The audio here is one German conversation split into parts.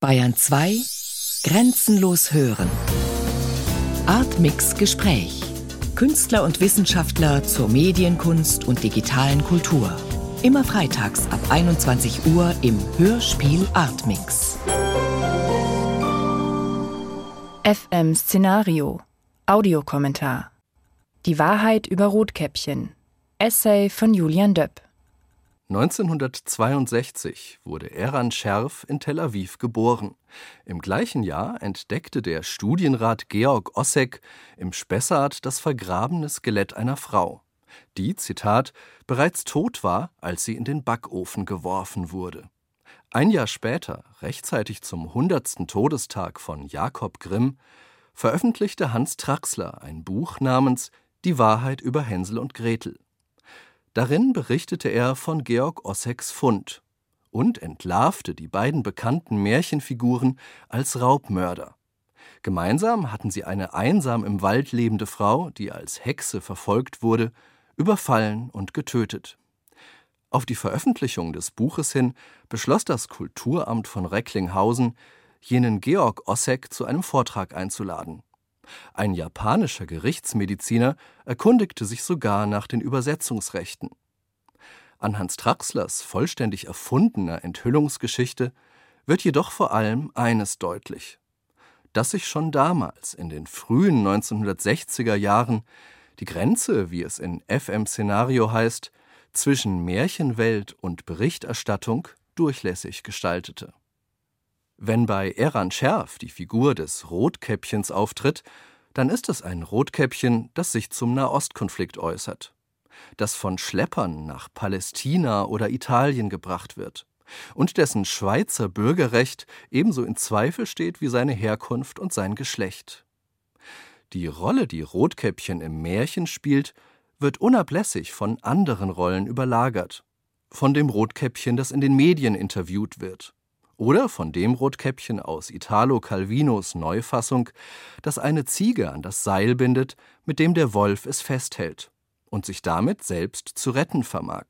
Bayern 2 Grenzenlos hören. Artmix Gespräch. Künstler und Wissenschaftler zur Medienkunst und digitalen Kultur. Immer freitags ab 21 Uhr im Hörspiel Artmix. FM Szenario. Audiokommentar. Die Wahrheit über Rotkäppchen. Essay von Julian Döpp. 1962 wurde Eran Scherf in Tel Aviv geboren. Im gleichen Jahr entdeckte der Studienrat Georg Ossek im Spessart das vergrabene Skelett einer Frau, die, Zitat, bereits tot war, als sie in den Backofen geworfen wurde. Ein Jahr später, rechtzeitig zum 100. Todestag von Jakob Grimm, veröffentlichte Hans Traxler ein Buch namens Die Wahrheit über Hänsel und Gretel. Darin berichtete er von Georg Osseks Fund und entlarvte die beiden bekannten Märchenfiguren als Raubmörder. Gemeinsam hatten sie eine einsam im Wald lebende Frau, die als Hexe verfolgt wurde, überfallen und getötet. Auf die Veröffentlichung des Buches hin beschloss das Kulturamt von Recklinghausen, jenen Georg Ossek zu einem Vortrag einzuladen. Ein japanischer Gerichtsmediziner erkundigte sich sogar nach den Übersetzungsrechten. An Hans Traxlers vollständig erfundener Enthüllungsgeschichte wird jedoch vor allem eines deutlich: dass sich schon damals, in den frühen 1960er Jahren, die Grenze, wie es in FM Szenario heißt, zwischen Märchenwelt und Berichterstattung durchlässig gestaltete. Wenn bei Eran Scherf die Figur des Rotkäppchens auftritt, dann ist es ein Rotkäppchen, das sich zum Nahostkonflikt äußert, das von Schleppern nach Palästina oder Italien gebracht wird und dessen Schweizer Bürgerrecht ebenso in Zweifel steht wie seine Herkunft und sein Geschlecht. Die Rolle, die Rotkäppchen im Märchen spielt, wird unablässig von anderen Rollen überlagert, von dem Rotkäppchen, das in den Medien interviewt wird, oder von dem Rotkäppchen aus Italo Calvinos Neufassung, das eine Ziege an das Seil bindet, mit dem der Wolf es festhält und sich damit selbst zu retten vermag.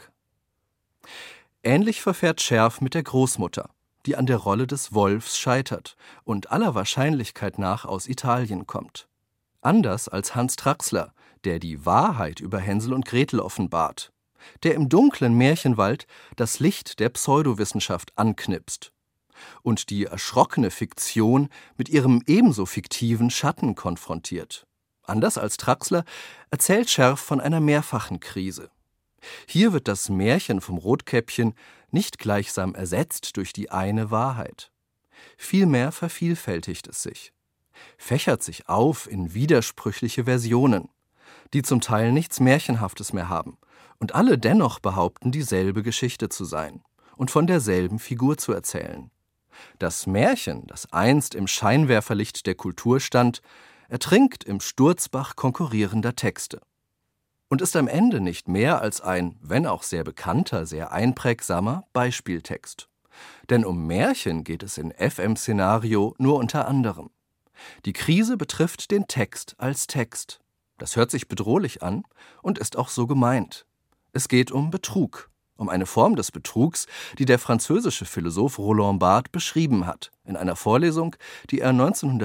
Ähnlich verfährt Scherf mit der Großmutter, die an der Rolle des Wolfs scheitert und aller Wahrscheinlichkeit nach aus Italien kommt. Anders als Hans Traxler, der die Wahrheit über Hänsel und Gretel offenbart, der im dunklen Märchenwald das Licht der Pseudowissenschaft anknipst und die erschrockene Fiktion mit ihrem ebenso fiktiven Schatten konfrontiert. Anders als Traxler erzählt Scherf von einer mehrfachen Krise. Hier wird das Märchen vom Rotkäppchen nicht gleichsam ersetzt durch die eine Wahrheit. Vielmehr vervielfältigt es sich, fächert sich auf in widersprüchliche Versionen, die zum Teil nichts Märchenhaftes mehr haben und alle dennoch behaupten, dieselbe Geschichte zu sein und von derselben Figur zu erzählen. Das Märchen, das einst im Scheinwerferlicht der Kultur stand, ertrinkt im Sturzbach konkurrierender Texte und ist am Ende nicht mehr als ein, wenn auch sehr bekannter, sehr einprägsamer Beispieltext. Denn um Märchen geht es in FM Szenario nur unter anderem. Die Krise betrifft den Text als Text. Das hört sich bedrohlich an und ist auch so gemeint. Es geht um Betrug, um eine Form des Betrugs, die der französische Philosoph Roland Barthes beschrieben hat, in einer Vorlesung, die er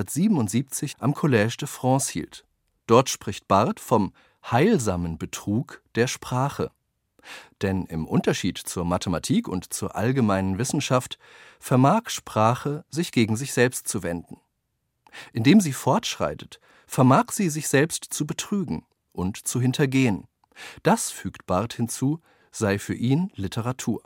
1977 am Collège de France hielt. Dort spricht Barthes vom heilsamen Betrug der Sprache. Denn im Unterschied zur Mathematik und zur allgemeinen Wissenschaft vermag Sprache, sich gegen sich selbst zu wenden. Indem sie fortschreitet, vermag sie, sich selbst zu betrügen und zu hintergehen. Das, fügt Barthes hinzu, sei für ihn Literatur.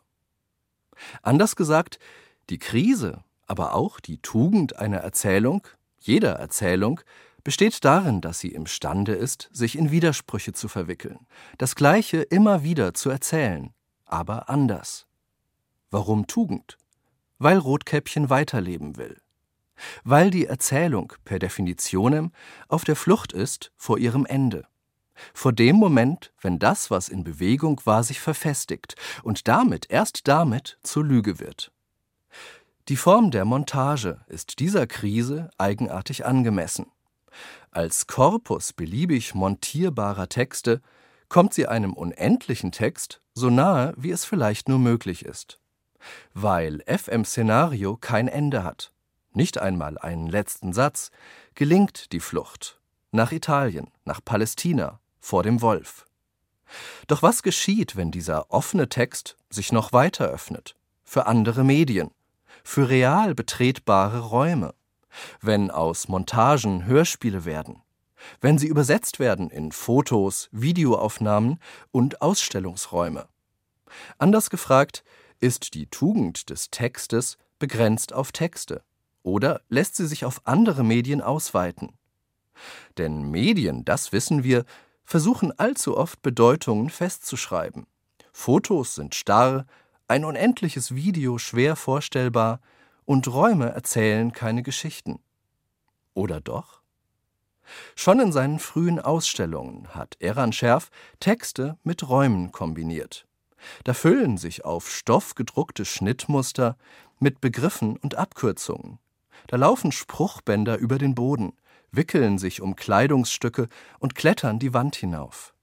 Anders gesagt, die Krise, aber auch die Tugend einer Erzählung, jeder Erzählung, besteht darin, dass sie imstande ist, sich in Widersprüche zu verwickeln, das Gleiche immer wieder zu erzählen, aber anders. Warum Tugend? Weil Rotkäppchen weiterleben will. Weil die Erzählung per Definitionem auf der Flucht ist vor ihrem Ende. Vor dem Moment, wenn das, was in Bewegung war, sich verfestigt und erst damit zur Lüge wird. Die Form der Montage ist dieser Krise eigenartig angemessen. Als Korpus beliebig montierbarer Texte kommt sie einem unendlichen Text so nahe, wie es vielleicht nur möglich ist. Weil FM Szenario kein Ende hat. nicht einmal einen letzten Satz, gelingt die Flucht. Nach Italien, nach Palästina, vor dem Wolf. Doch was geschieht, wenn dieser offene Text sich noch weiter öffnet? Für andere Medien, für real betretbare Räume, wenn aus Montagen Hörspiele werden, wenn sie übersetzt werden in Fotos, Videoaufnahmen und Ausstellungsräume. Anders gefragt, ist die Tugend des Textes begrenzt auf Texte oder lässt sie sich auf andere Medien ausweiten? Denn Medien, das wissen wir, versuchen allzu oft Bedeutungen festzuschreiben. Fotos sind starr, ein unendliches Video schwer vorstellbar und Räume erzählen keine Geschichten. Oder doch? Schon in seinen frühen Ausstellungen hat Eran Scherf Texte mit Räumen kombiniert. Da füllen sich auf Stoff gedruckte Schnittmuster mit Begriffen und Abkürzungen. Da laufen Spruchbänder über den Boden, wickeln sich um Kleidungsstücke und klettern die Wand hinauf.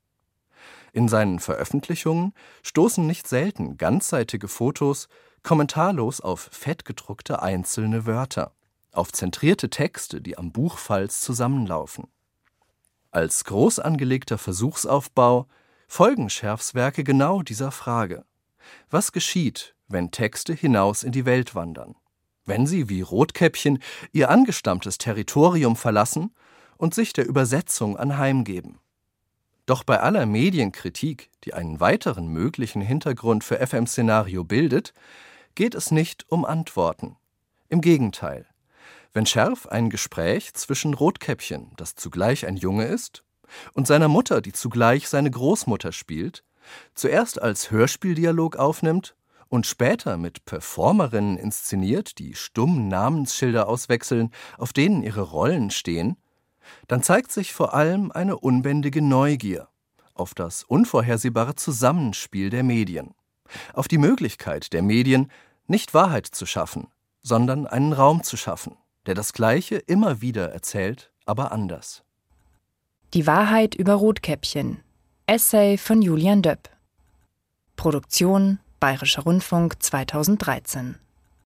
In seinen Veröffentlichungen stoßen nicht selten ganzseitige Fotos kommentarlos auf fettgedruckte einzelne Wörter, auf zentrierte Texte, die am Buchfalz zusammenlaufen. Als groß angelegter Versuchsaufbau folgen Scherfs Werke genau dieser Frage. Was geschieht, wenn Texte hinaus in die Welt wandern? Wenn sie wie Rotkäppchen ihr angestammtes Territorium verlassen und sich der Übersetzung anheimgeben. Doch bei aller Medienkritik, die einen weiteren möglichen Hintergrund für FM-Szenario bildet, geht es nicht um Antworten. Im Gegenteil. Wenn Scherf ein Gespräch zwischen Rotkäppchen, das zugleich ein Junge ist, und seiner Mutter, die zugleich seine Großmutter spielt, zuerst als Hörspieldialog aufnimmt und später mit Performerinnen inszeniert, die stumm Namensschilder auswechseln, auf denen ihre Rollen stehen, dann zeigt sich vor allem eine unbändige Neugier auf das unvorhersehbare Zusammenspiel der Medien, auf die Möglichkeit der Medien, nicht Wahrheit zu schaffen, sondern einen Raum zu schaffen, der das Gleiche immer wieder erzählt, aber anders. Die Wahrheit über Rotkäppchen. Essay von Julian Döpp. Produktion Bayerischer Rundfunk 2013.